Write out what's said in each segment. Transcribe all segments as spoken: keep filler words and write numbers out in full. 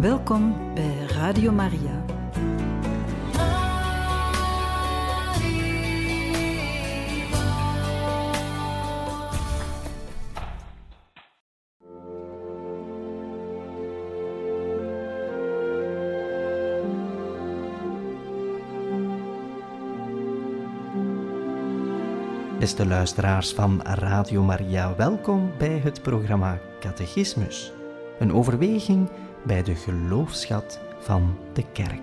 Welkom bij Radio Maria. Beste luisteraars van Radio Maria, welkom bij het programma Catechismus. Een overweging bij de geloofsschat van de Kerk.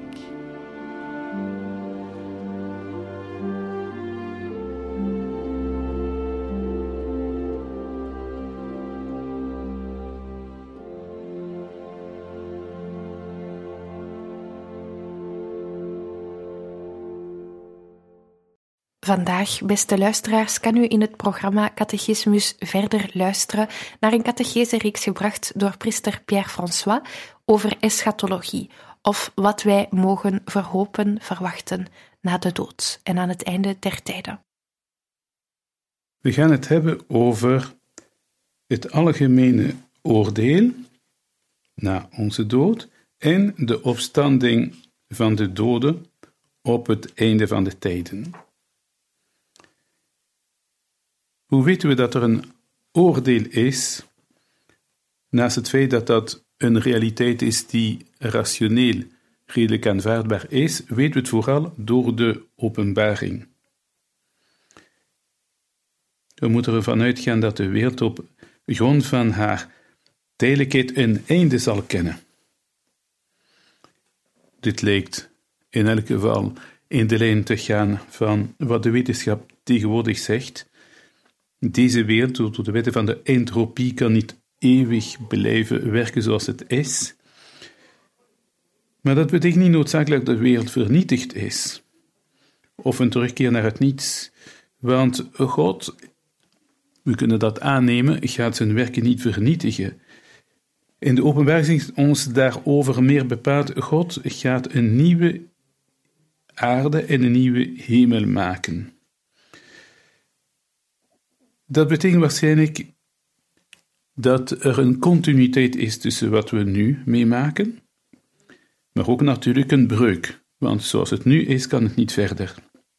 Vandaag, beste luisteraars, kan u in het programma Catechismus verder luisteren naar een catechese-reeks gebracht door priester Pierre François over eschatologie, of wat wij mogen verhopen, verwachten na de dood en aan het einde der tijden. We gaan het hebben over het algemene oordeel na onze dood en de opstanding van de doden op het einde van de tijden. Hoe weten we dat er een oordeel is, naast het feit dat dat een realiteit is die rationeel redelijk aanvaardbaar is, weten we het vooral door de openbaring. We moeten ervan uitgaan dat de wereld op grond van haar tijdelijkheid een einde zal kennen. Dit lijkt in elk geval in de lijn te gaan van wat de wetenschap tegenwoordig zegt. Deze wereld, door de wetten van de entropie, kan niet eeuwig blijven werken zoals het is. Maar dat betekent niet noodzakelijk dat de wereld vernietigd is. Of een terugkeer naar het niets. Want God, we kunnen dat aannemen, gaat zijn werken niet vernietigen. In de openbaring is ons daarover meer bepaald. God gaat een nieuwe aarde en een nieuwe hemel maken. Dat betekent waarschijnlijk dat er een continuïteit is tussen wat we nu meemaken, maar ook natuurlijk een breuk, want zoals het nu is, kan het niet verder.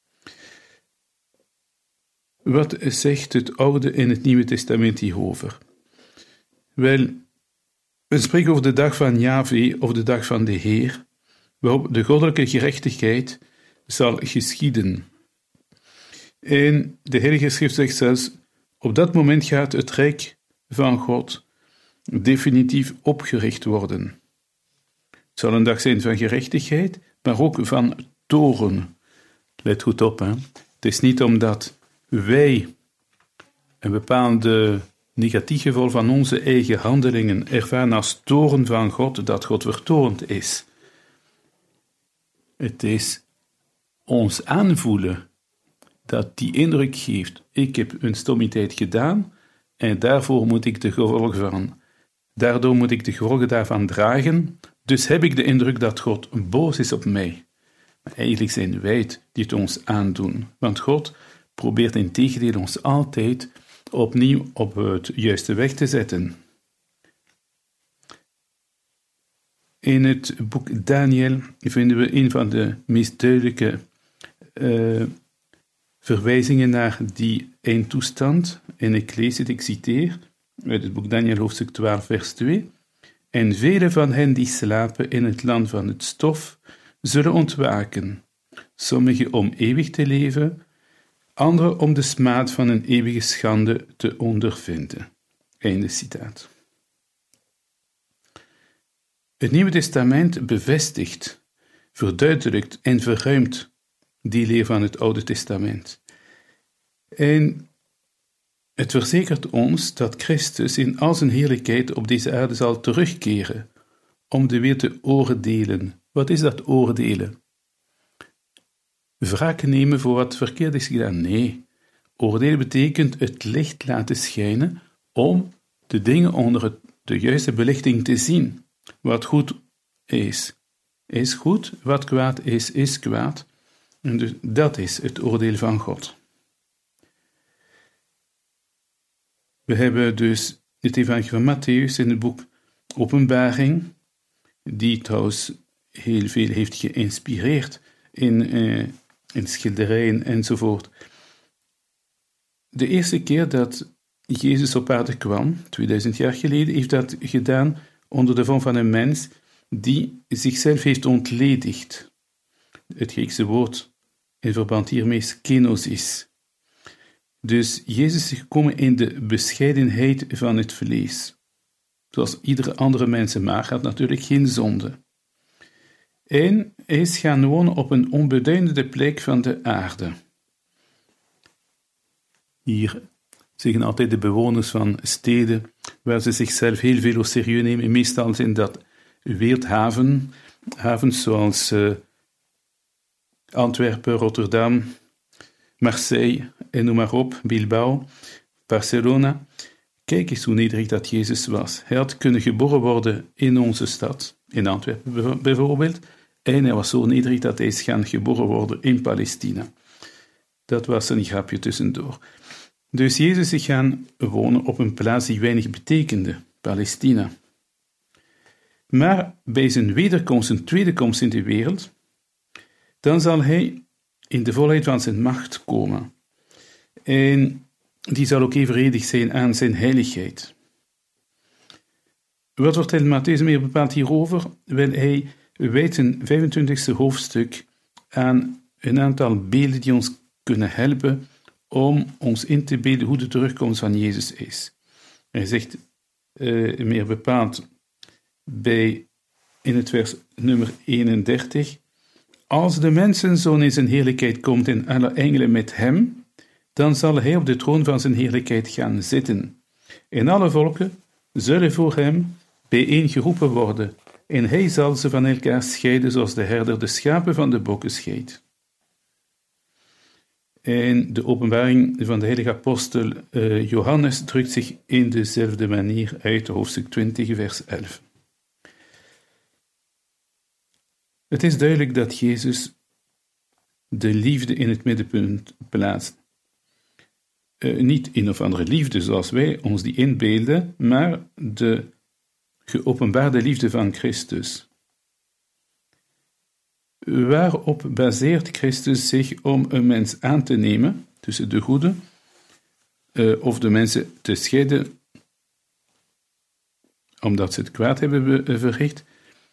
Wat zegt het Oude en het Nieuwe Testament hierover? Wel, we spreken over de dag van Jahwe of de dag van de Heer, waarop de goddelijke gerechtigheid zal geschieden. En de Heilige Schrift zegt zelfs: op dat moment gaat het rijk van God definitief opgericht worden. Het zal een dag zijn van gerechtigheid, maar ook van toorn. Let goed op, hè. Het is niet omdat wij een bepaalde negatief gevolg van onze eigen handelingen ervaren als toorn van God, dat God vertoornd is. Het is ons aanvoelen dat die indruk geeft: ik heb een stommiteit gedaan en daarvoor moet ik de gevolgen van, daardoor moet ik de gevolgen daarvan dragen, dus heb ik de indruk dat God boos is op mij. Maar eigenlijk zijn wij het die het ons aandoen, want God probeert integendeel ons altijd opnieuw op het juiste weg te zetten. In het boek Daniel vinden we een van de meest duidelijke uh, verwijzingen naar die eindtoestand, en ik lees het, ik citeer, uit het boek Daniel hoofdstuk twaalf vers twee. En velen van hen die slapen in het land van het stof, zullen ontwaken, sommigen om eeuwig te leven, anderen om de smaad van een eeuwige schande te ondervinden. Einde citaat. Het Nieuwe Testament bevestigt, verduidelijkt en verruimt die leer van het Oude Testament. En het verzekert ons dat Christus in al zijn heerlijkheid op deze aarde zal terugkeren, om de weer te oordelen. Wat is dat oordelen? Wraak nemen voor wat verkeerd is gedaan? Nee. Oordelen betekent het licht laten schijnen om de dingen onder het, de juiste belichting te zien. Wat goed is, is goed. Wat kwaad is, is kwaad. En dus dat is het oordeel van God. We hebben dus het evangelie van Mattheüs in het boek Openbaring, die trouwens heel veel heeft geïnspireerd in, uh, in schilderijen enzovoort. De eerste keer dat Jezus op aarde kwam, tweeduizend jaar geleden, heeft dat gedaan onder de vorm van een mens die zichzelf heeft ontledigd. Het Griekse woord in verband hiermee is kenosis. Dus Jezus is gekomen in de bescheidenheid van het vlees. Zoals iedere andere mens, maar had natuurlijk geen zonde. En hij is gaan wonen op een onbeduidende plek van de aarde. Hier zeggen altijd de bewoners van steden, waar ze zichzelf heel veel serieus nemen. Meestal zijn dat wereldhaven, havens zoals uh, Antwerpen, Rotterdam, Marseille en noem maar op, Bilbao, Barcelona. Kijk eens hoe nederig dat Jezus was. Hij had kunnen geboren worden in onze stad, in Antwerpen bijvoorbeeld, en hij was zo nederig dat hij is gaan geboren worden in Palestina. Dat was een grapje tussendoor. Dus Jezus is gaan wonen op een plaats die weinig betekende, Palestina. Maar bij zijn wederkomst, zijn tweede komst in de wereld, dan zal hij in de volheid van zijn macht komen. En die zal ook evenredig zijn aan zijn heiligheid. Wat vertelt Mattheüs meer bepaald hierover? Wel, hij wijdt zijn vijfentwintigste hoofdstuk aan een aantal beelden die ons kunnen helpen om ons in te beelden hoe de terugkomst van Jezus is. Hij zegt uh, meer bepaald bij, in het vers nummer eenendertig, als de mensenzoon in zijn heerlijkheid komt en alle engelen met hem, dan zal hij op de troon van zijn heerlijkheid gaan zitten. En alle volken zullen voor hem bijeengeroepen worden, en hij zal ze van elkaar scheiden, zoals de herder de schapen van de bokken scheidt. En de openbaring van de heilige apostel uh, Johannes drukt zich in dezelfde manier uit, hoofdstuk twintig, vers elf. Het is duidelijk dat Jezus de liefde in het middenpunt plaatst. Uh, niet een of andere liefde zoals wij ons die inbeelden, maar de geopenbaarde liefde van Christus. Waarop baseert Christus zich om een mens aan te nemen, tussen de goede, uh, of de mensen te scheiden, omdat ze het kwaad hebben verricht?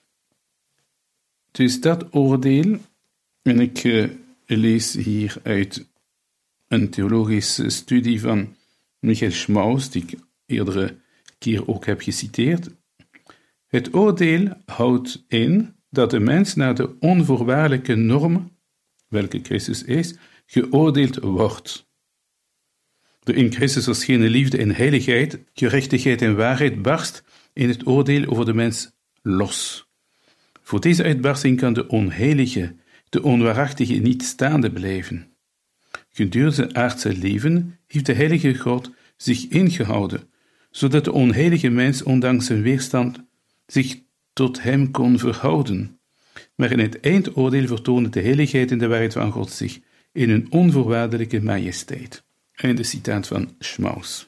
Dus dat oordeel, en ik uh, lees hier uit een theologische studie van Michael Schmaus, die ik eerdere keer ook heb geciteerd. Het oordeel houdt in dat de mens naar de onvoorwaardelijke norm, welke Christus is, geoordeeld wordt. De in Christus verschenen liefde en heiligheid, gerechtigheid en waarheid barst in het oordeel over de mens los. Voor deze uitbarsting kan de onheilige, de onwaarachtige niet staande blijven. Gedurende zijn aardse leven heeft de heilige God zich ingehouden, zodat de onheilige mens, ondanks zijn weerstand, zich tot hem kon verhouden. Maar in het eindoordeel vertoonde de heiligheid en de waarheid van God zich in een onvoorwaardelijke majesteit. Einde citaat van Schmaus.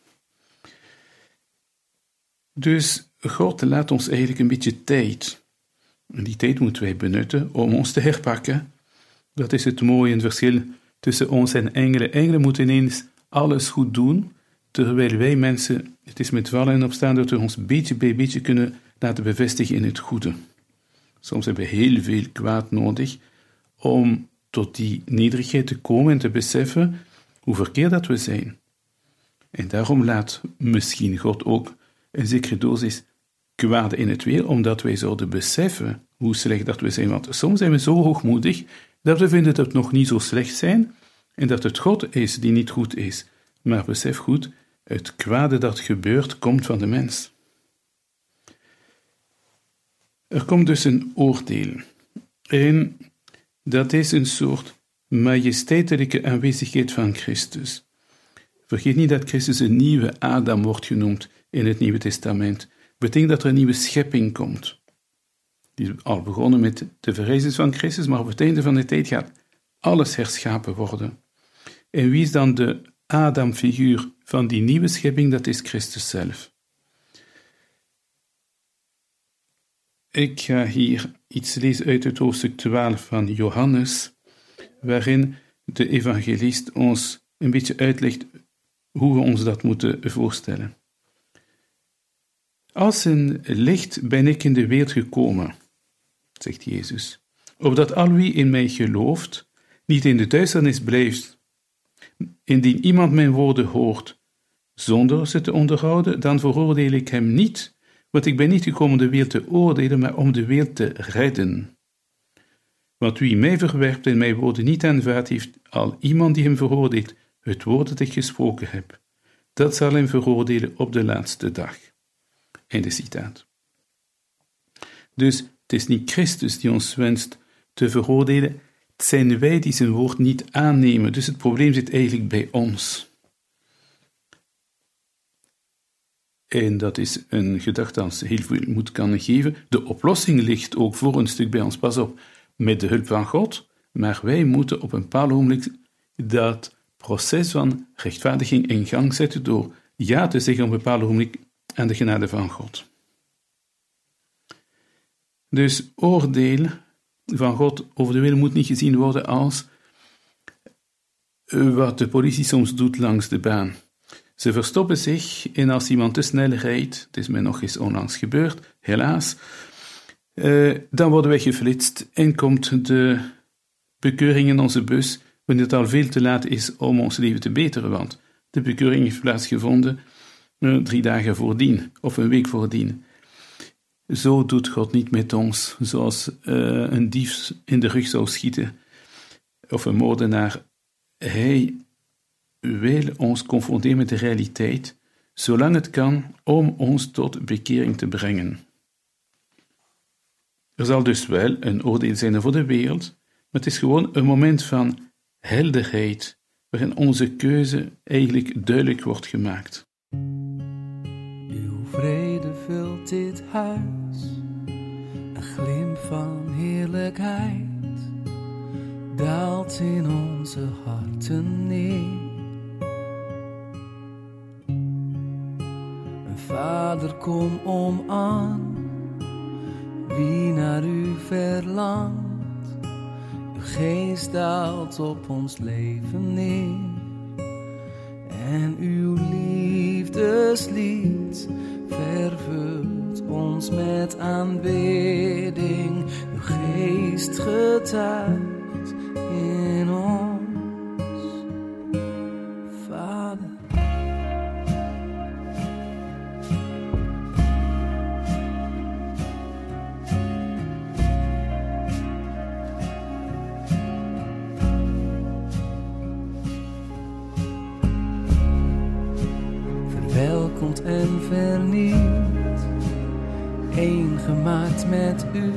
Dus God laat ons eigenlijk een beetje tijd. En die tijd moeten wij benutten om ons te herpakken. Dat is het mooie verschil tussen ons en engelen. Engelen moeten ineens alles goed doen, terwijl wij mensen, het is met vallen en opstaan dat we ons beetje bij beetje kunnen laten bevestigen in het goede. Soms hebben we heel veel kwaad nodig om tot die nederigheid te komen en te beseffen hoe verkeerd dat we zijn. En daarom laat misschien God ook een zekere dosis kwaad in het weer, omdat wij zouden beseffen hoe slecht dat we zijn. Want soms zijn we zo hoogmoedig dat we vinden dat we nog niet zo slecht zijn en dat het God is die niet goed is. Maar besef goed, het kwade dat gebeurt, komt van de mens. Er komt dus een oordeel. En dat is een soort majesteitelijke aanwezigheid van Christus. Vergeet niet dat Christus een nieuwe Adam wordt genoemd in het Nieuwe Testament. Betekent dat er een nieuwe schepping komt. Die is al begonnen met de verrijzenis van Christus, maar op het einde van de tijd gaat alles herschapen worden. En wie is dan de Adam-figuur van die nieuwe schepping? Dat is Christus zelf. Ik ga hier iets lezen uit het hoofdstuk twaalf van Johannes, waarin de evangelist ons een beetje uitlegt hoe we ons dat moeten voorstellen. Als een licht ben ik in de wereld gekomen, zegt Jezus, opdat al wie in mij gelooft, niet in de duisternis blijft. Indien iemand mijn woorden hoort, zonder ze te onderhouden, dan veroordeel ik hem niet, want ik ben niet gekomen de wereld te oordelen, maar om de wereld te redden. Want wie mij verwerpt en mijn woorden niet aanvaardt, heeft al iemand die hem veroordeelt, het woord dat ik gesproken heb. Dat zal hem veroordelen op de laatste dag. Einde citaat. Dus het is niet Christus die ons wenst te veroordelen, het zijn wij die zijn woord niet aannemen. Dus het probleem zit eigenlijk bij ons. En dat is een gedachte als heel veel moed kan geven. De oplossing ligt ook voor een stuk bij ons. Pas op, met de hulp van God, maar wij moeten op een bepaald ogenblik dat proces van rechtvaardiging in gang zetten door ja te zeggen op een bepaald ogenblik aan de genade van God. Dus oordeel van God over de wereld moet niet gezien worden als wat de politie soms doet langs de baan. Ze verstoppen zich en als iemand te snel rijdt, het is mij nog eens onlangs gebeurd, helaas, uh, dan worden wij geflitst en komt de bekeuring in onze bus wanneer het al veel te laat is om ons leven te beteren, want de bekeuring heeft plaatsgevonden uh, drie dagen voordien of een week voordien. Zo doet God niet met ons, zoals uh, een dief in de rug zou schieten of een moordenaar. Hij wil ons confronteren met de realiteit, zolang het kan, om ons tot bekering te brengen. Er zal dus wel een oordeel zijn voor de wereld, maar het is gewoon een moment van helderheid, waarin onze keuze eigenlijk duidelijk wordt gemaakt. Uw vrede vult dit huis, een glimp van heerlijkheid daalt in onze harten neer. Vader, kom om aan wie naar u verlangt. Uw geest daalt op ons leven neer. En uw liefdeslied vervult ons met aanbidding. Uw geest getuigt in ons, Vader. Verwelkomt en vernieuwd, één gemaakt met u,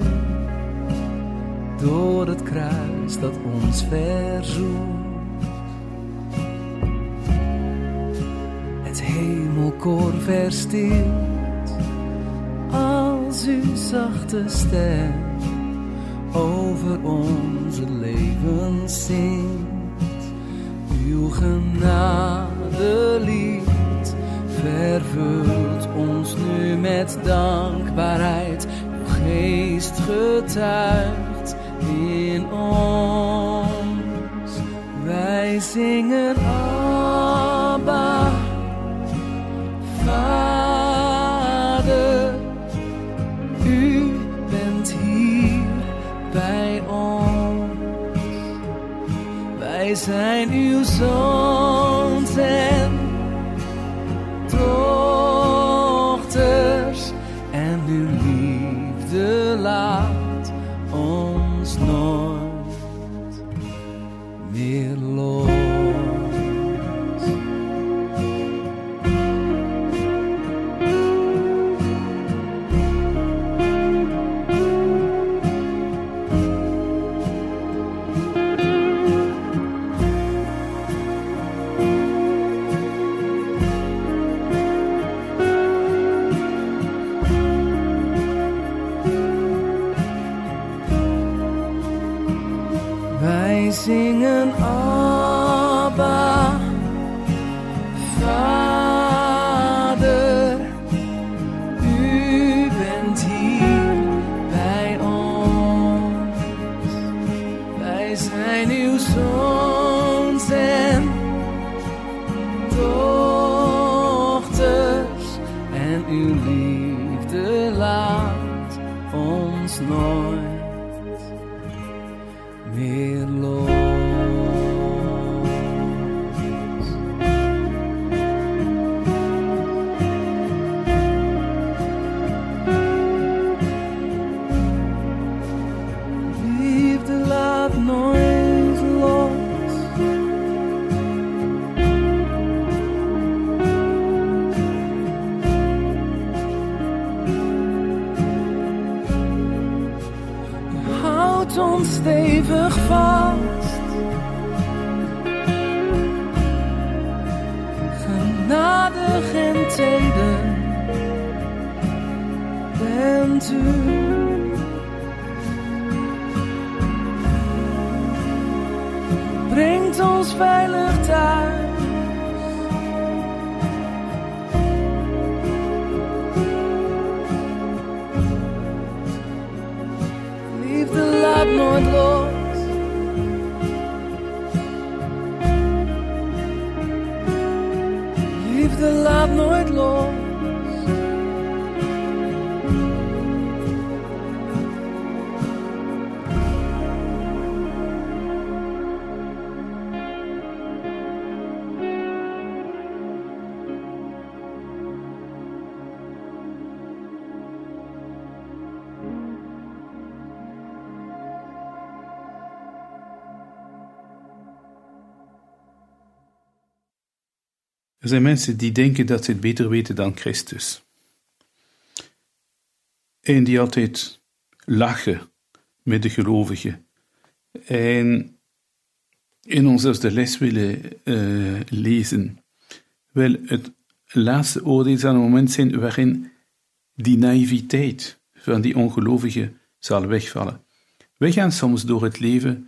door het kruis dat ons verzoent. Het hemelkoor verstilt, als uw zachte stem over onze levens zingt. Uw genadelied vervult ons nu met dankbaarheid. Uw geest getuigt in ons. Wij zingen Abba, Vader. U bent hier bij ons. Wij zijn uw zoons en dochters, en uw liefde laat ons nooit meer los. uw liefde laat ons nooit meer los. Liefde laat nooit los. Houd ons stevig vast. Genadig en teder bent u. Brengt ons veilig thuis. Liefde laat nooit los. Liefde laat nooit los. Er zijn mensen die denken dat ze het beter weten dan Christus. En die altijd lachen met de gelovigen. En in ons als de les willen uh, lezen. Wel, het laatste oordeel zal een moment zijn waarin die naïviteit van die ongelovigen zal wegvallen. Wij gaan soms door het leven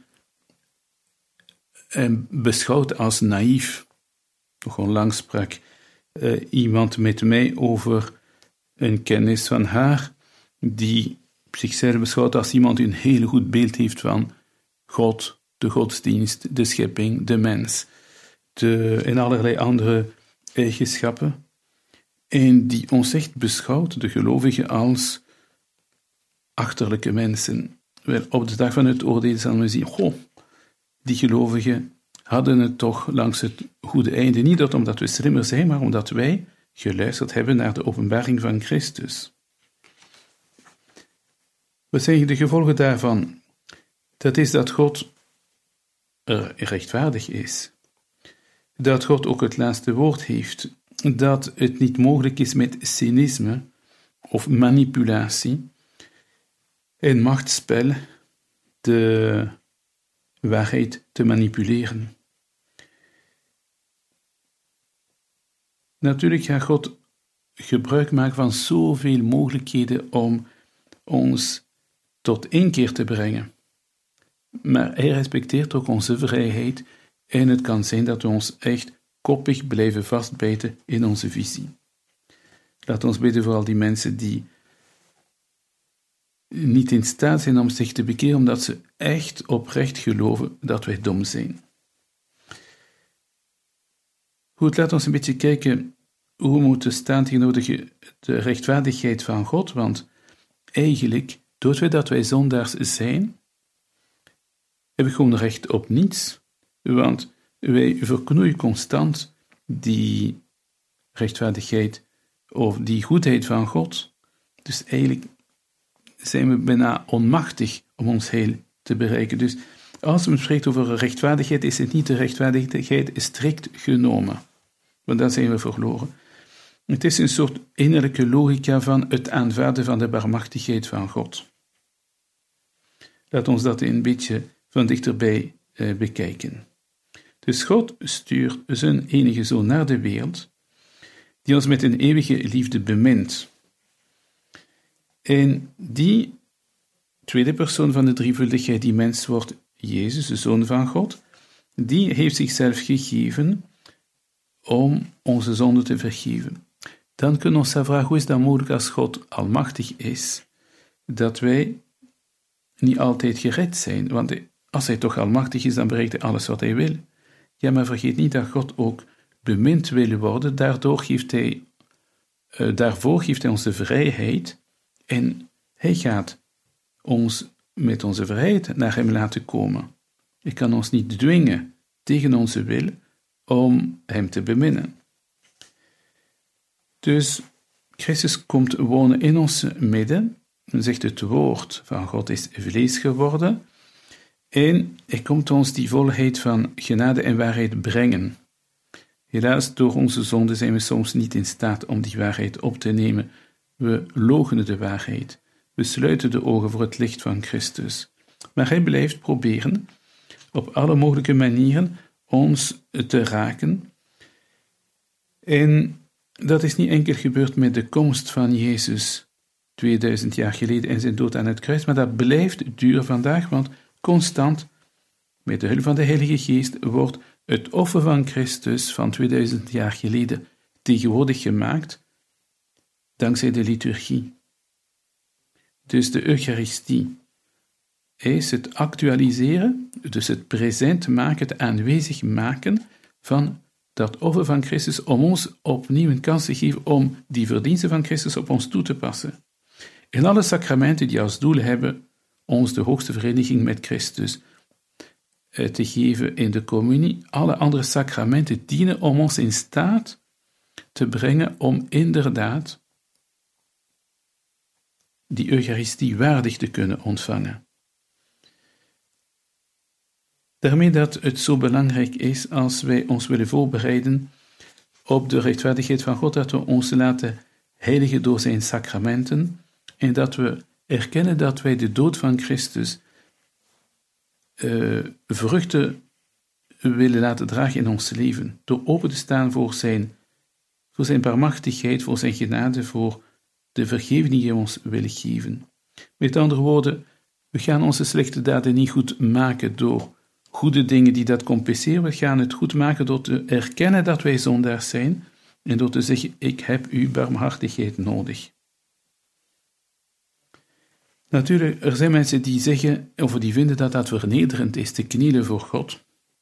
en beschouwd als naïef. Nog onlangs sprak uh, iemand met mij over een kennis van haar, die zichzelf beschouwt als iemand die een heel goed beeld heeft van God, de godsdienst, de schepping, de mens, de, en allerlei andere eigenschappen. En die ons echt beschouwt, de gelovigen, als achterlijke mensen. Wel, op de dag van het oordeel zal men zien, goh, die gelovigen hadden het toch langs het goede einde. Niet omdat we slimmer zijn, maar omdat wij geluisterd hebben naar de openbaring van Christus. Wat zijn de gevolgen daarvan? Dat is dat God er rechtvaardig is. Dat God ook het laatste woord heeft. Dat het niet mogelijk is met cynisme of manipulatie en machtsspel de waarheid te manipuleren. Natuurlijk gaat God gebruik maken van zoveel mogelijkheden om ons tot inkeer te brengen. Maar hij respecteert ook onze vrijheid en het kan zijn dat we ons echt koppig blijven vastbijten in onze visie. Laat ons bidden voor al die mensen die niet in staat zijn om zich te bekeren, omdat ze echt oprecht geloven dat wij dom zijn. Goed, laat ons een beetje kijken hoe we moeten staan tegenover de, de rechtvaardigheid van God, want eigenlijk, door het feit dat wij zondaars zijn, hebben we gewoon recht op niets, want wij verknoeien constant die rechtvaardigheid of die goedheid van God. Dus eigenlijk zijn we bijna onmachtig om ons heil te bereiken. Dus als men spreekt over rechtvaardigheid, is het niet de rechtvaardigheid strikt genomen, want dan zijn we verloren. Het is een soort innerlijke logica van het aanvaarden van de barmhartigheid van God. Laat ons dat een beetje van dichterbij eh, bekijken. Dus God stuurt zijn enige zoon naar de wereld, die ons met een eeuwige liefde bemint. En die tweede persoon van de drievuldigheid, die mens wordt, Jezus, de Zoon van God, die heeft zichzelf gegeven om onze zonde te vergeven. Dan kunnen we ons afvragen, hoe is dat mogelijk als God almachtig is, dat wij niet altijd gered zijn? Want als hij toch almachtig is, dan bereikt hij alles wat hij wil. Ja, maar vergeet niet dat God ook bemind wil worden, daardoor geeft hij uh, daarvoor geeft hij ons de vrijheid en hij gaat ons met onze vrijheid naar hem laten komen. Hij kan ons niet dwingen tegen onze wil om hem te beminnen. Dus Christus komt wonen in ons midden, en zegt het woord van God is vlees geworden, en hij komt ons die volheid van genade en waarheid brengen. Helaas, door onze zonde zijn we soms niet in staat om die waarheid op te nemen. We loochenen de waarheid. We sluiten de ogen voor het licht van Christus. Maar hij blijft proberen, op alle mogelijke manieren, ons te raken. En dat is niet enkel gebeurd met de komst van Jezus tweeduizend jaar geleden en zijn dood aan het kruis, maar dat blijft duren vandaag, want constant, met de hulp van de Heilige Geest, wordt het offer van Christus van tweeduizend jaar geleden tegenwoordig gemaakt, dankzij de liturgie. Dus de Eucharistie is het actualiseren, dus het present maken, het aanwezig maken van dat offer van Christus, om ons opnieuw een kans te geven om die verdiensten van Christus op ons toe te passen. En alle sacramenten die als doel hebben ons de hoogste vereniging met Christus te geven in de communie, alle andere sacramenten dienen om ons in staat te brengen om inderdaad die Eucharistie waardig te kunnen ontvangen. Daarmee dat het zo belangrijk is als wij ons willen voorbereiden op de rechtvaardigheid van God, dat we ons laten heiligen door zijn sacramenten en dat we erkennen dat wij de dood van Christus uh, vruchten willen laten dragen in ons leven, door open te staan voor zijn, voor zijn barmhartigheid, voor zijn genade, voor de vergeving die hij ons wil geven. Met andere woorden, we gaan onze slechte daden niet goed maken door goede dingen die dat compenseren. We gaan het goed maken door te erkennen dat wij zondaars zijn en door te zeggen, ik heb uw barmhartigheid nodig. Natuurlijk, er zijn mensen die zeggen, of die vinden dat dat vernederend is, te knielen voor God.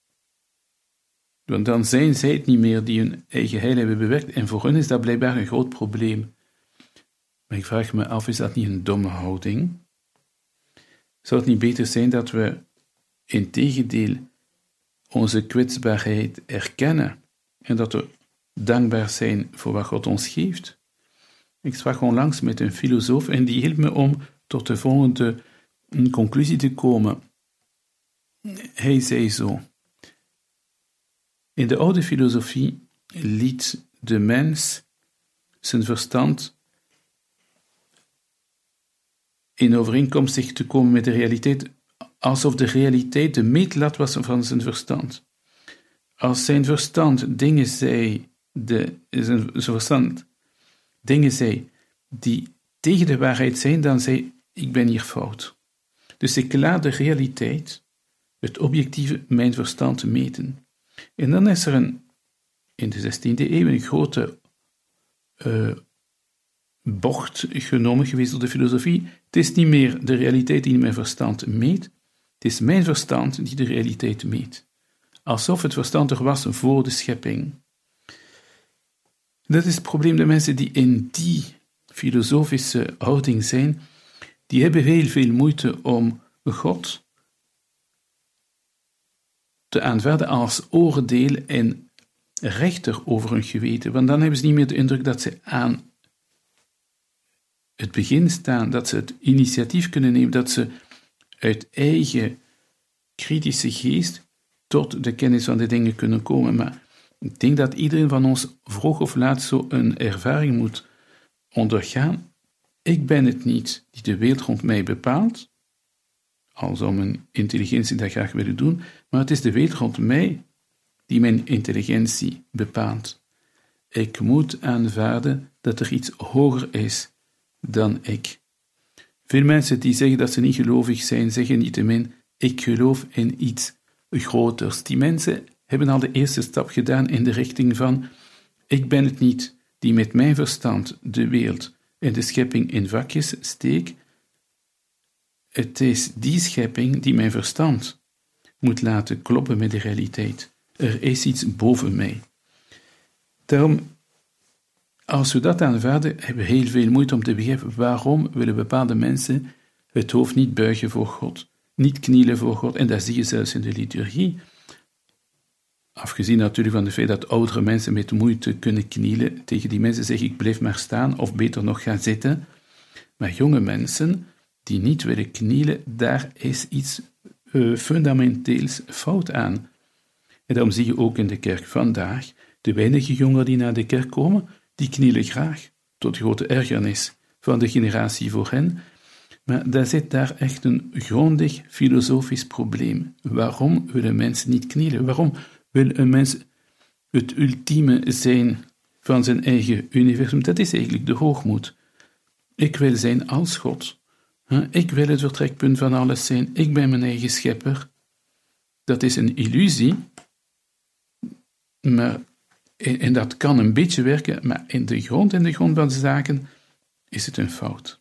Want dan zijn zij het niet meer die hun eigen heil hebben bewerkt, en voor hen is dat blijkbaar een groot probleem. Maar ik vraag me af, is dat niet een domme houding? Zou het niet beter zijn dat we integendeel onze kwetsbaarheid erkennen en dat we dankbaar zijn voor wat God ons geeft? Ik sprak onlangs met een filosoof en die hielp me om tot de volgende conclusie te komen. Hij zei zo: in de oude filosofie liet de mens zijn verstand in overeenkomstig te komen met de realiteit, alsof de realiteit de meetlat was van zijn verstand. Als zijn verstand dingen zei, de, zijn, zijn verstand dingen zei die tegen de waarheid zijn, dan zei ik ben hier fout. Dus ik laat de realiteit, het objectieve, mijn verstand meten. En dan is er een, in de zestiende eeuw een grote uh, bocht genomen geweest door de filosofie. Het is niet meer de realiteit die mijn verstand meet, het is mijn verstand die de realiteit meet. Alsof het verstand er was voor de schepping. Dat is het probleem. De mensen die in die filosofische houding zijn, die hebben heel veel moeite om God te aanvaarden als oordeel en rechter over hun geweten. Want dan hebben ze niet meer de indruk dat ze aan het begin staan, dat ze het initiatief kunnen nemen, dat ze uit eigen kritische geest tot de kennis van de dingen kunnen komen. Maar ik denk dat iedereen van ons vroeg of laat zo een ervaring moet ondergaan. Ik ben het niet die de wereld rond mij bepaalt, al zou mijn intelligentie dat graag willen doen, maar het is de wereld rond mij die mijn intelligentie bepaalt. Ik moet aanvaarden dat er iets hoger is dan ik. Veel mensen die zeggen dat ze niet gelovig zijn, zeggen niettemin, ik geloof in iets groters. Die mensen hebben al de eerste stap gedaan in de richting van, ik ben het niet die met mijn verstand de wereld en de schepping in vakjes steekt. Het is die schepping die mijn verstand moet laten kloppen met de realiteit. Er is iets boven mij. Daarom Als we dat aanvaarden, hebben we heel veel moeite om te begrijpen waarom willen bepaalde mensen het hoofd niet buigen voor God, niet knielen voor God. En dat zie je zelfs in de liturgie. Afgezien natuurlijk van het feit dat oudere mensen met moeite kunnen knielen, tegen die mensen zeg ik blijf maar staan, of beter nog gaan zitten. Maar jonge mensen die niet willen knielen, daar is iets uh, fundamenteels fout aan. En daarom zie je ook in de kerk vandaag, de weinige jongeren die naar de kerk komen, die knielen graag, tot grote ergernis van de generatie voor hen. Maar daar zit daar echt een grondig filosofisch probleem. Waarom willen mensen niet knielen? Waarom wil een mens het ultieme zijn van zijn eigen universum? Dat is eigenlijk de hoogmoed. Ik wil zijn als God. Ik wil het vertrekpunt van alles zijn. Ik ben mijn eigen schepper. Dat is een illusie, maar, en, en dat kan een beetje werken, maar in de grond, in de grond van de zaken is het een fout.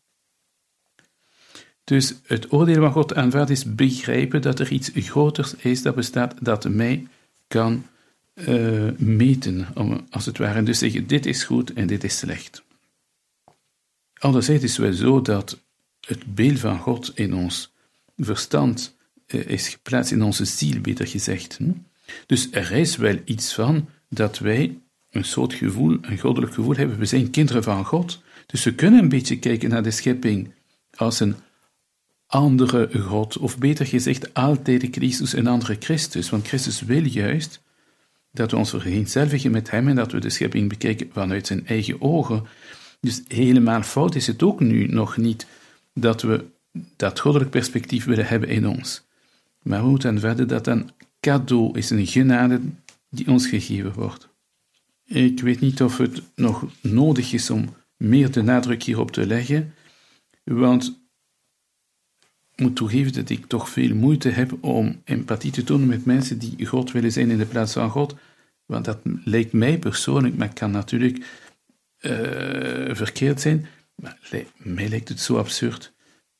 Dus het oordeel van God aanvaardt is begrijpen dat er iets groters is dat bestaat, dat mij kan uh, meten, om, als het ware, en dus zeggen, dit is goed en dit is slecht. Anderzijds is het wel zo dat het beeld van God in ons verstand uh, is geplaatst, in onze ziel, beter gezegd. Hm? Dus er is wel iets van dat wij een soort gevoel, een goddelijk gevoel hebben. We zijn kinderen van God, dus we kunnen een beetje kijken naar de schepping als een andere God, of beter gezegd, altijd de Christus, een andere Christus. Want Christus wil juist dat we ons vereenzelvigen met hem en dat we de schepping bekijken vanuit zijn eigen ogen. Dus helemaal fout is het ook nu nog niet dat we dat goddelijk perspectief willen hebben in ons. Maar we moeten verder dat een cadeau is, een genade die ons gegeven wordt. Ik weet niet of het nog nodig is om meer de nadruk hierop te leggen, want ik moet toegeven dat ik toch veel moeite heb om empathie te tonen met mensen die God willen zijn in de plaats van God, want dat lijkt mij persoonlijk, maar kan natuurlijk uh, verkeerd zijn, maar mij lijkt het zo absurd.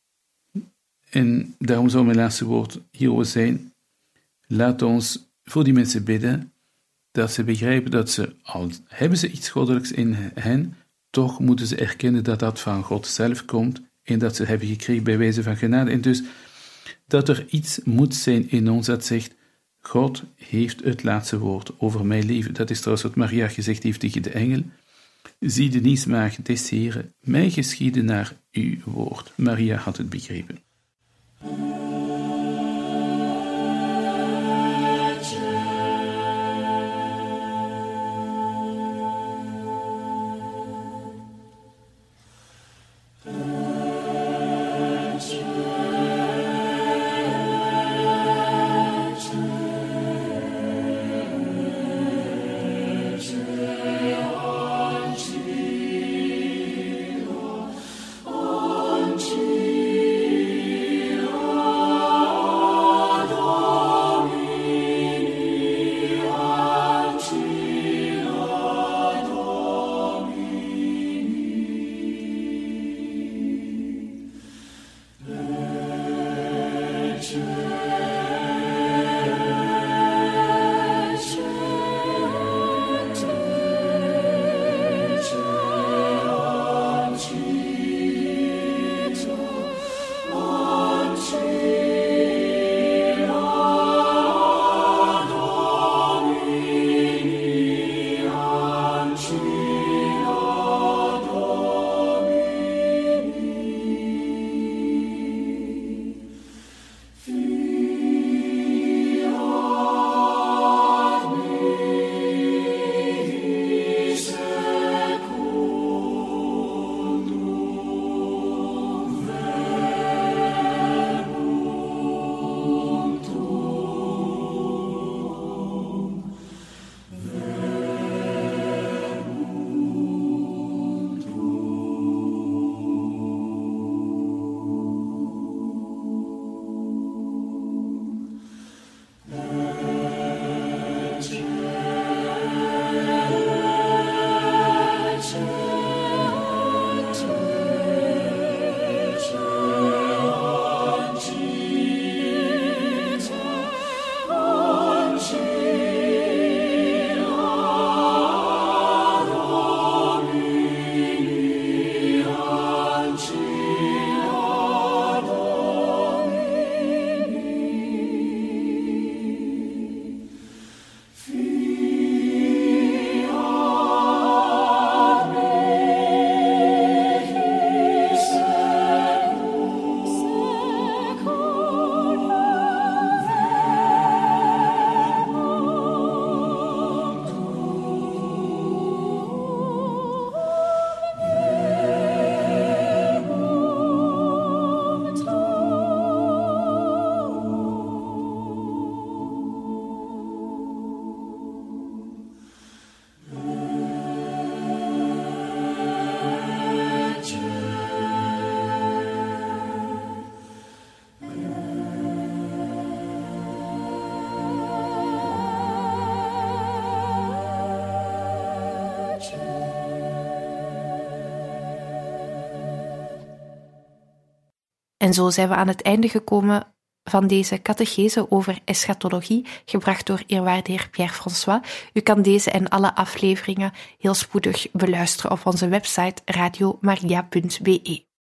En daarom zou mijn laatste woord hierover zijn, laat ons voor die mensen bidden, dat ze begrijpen dat ze, al hebben ze iets goddelijks in hen, toch moeten ze erkennen dat dat van God zelf komt, en dat ze hebben gekregen bij wijze van genade. En dus dat er iets moet zijn in ons dat zegt, God heeft het laatste woord over mijn leven. Dat is trouwens wat Maria gezegd heeft tegen de engel. Zie de niesmaagd des Heren, mij geschieden naar uw woord. Maria had het begrepen. Oh, En zo zijn we aan het einde gekomen van deze catechese over eschatologie, gebracht door eerwaarde heer Pierre François. U kan deze en alle afleveringen heel spoedig beluisteren op onze website radiomaria punt be.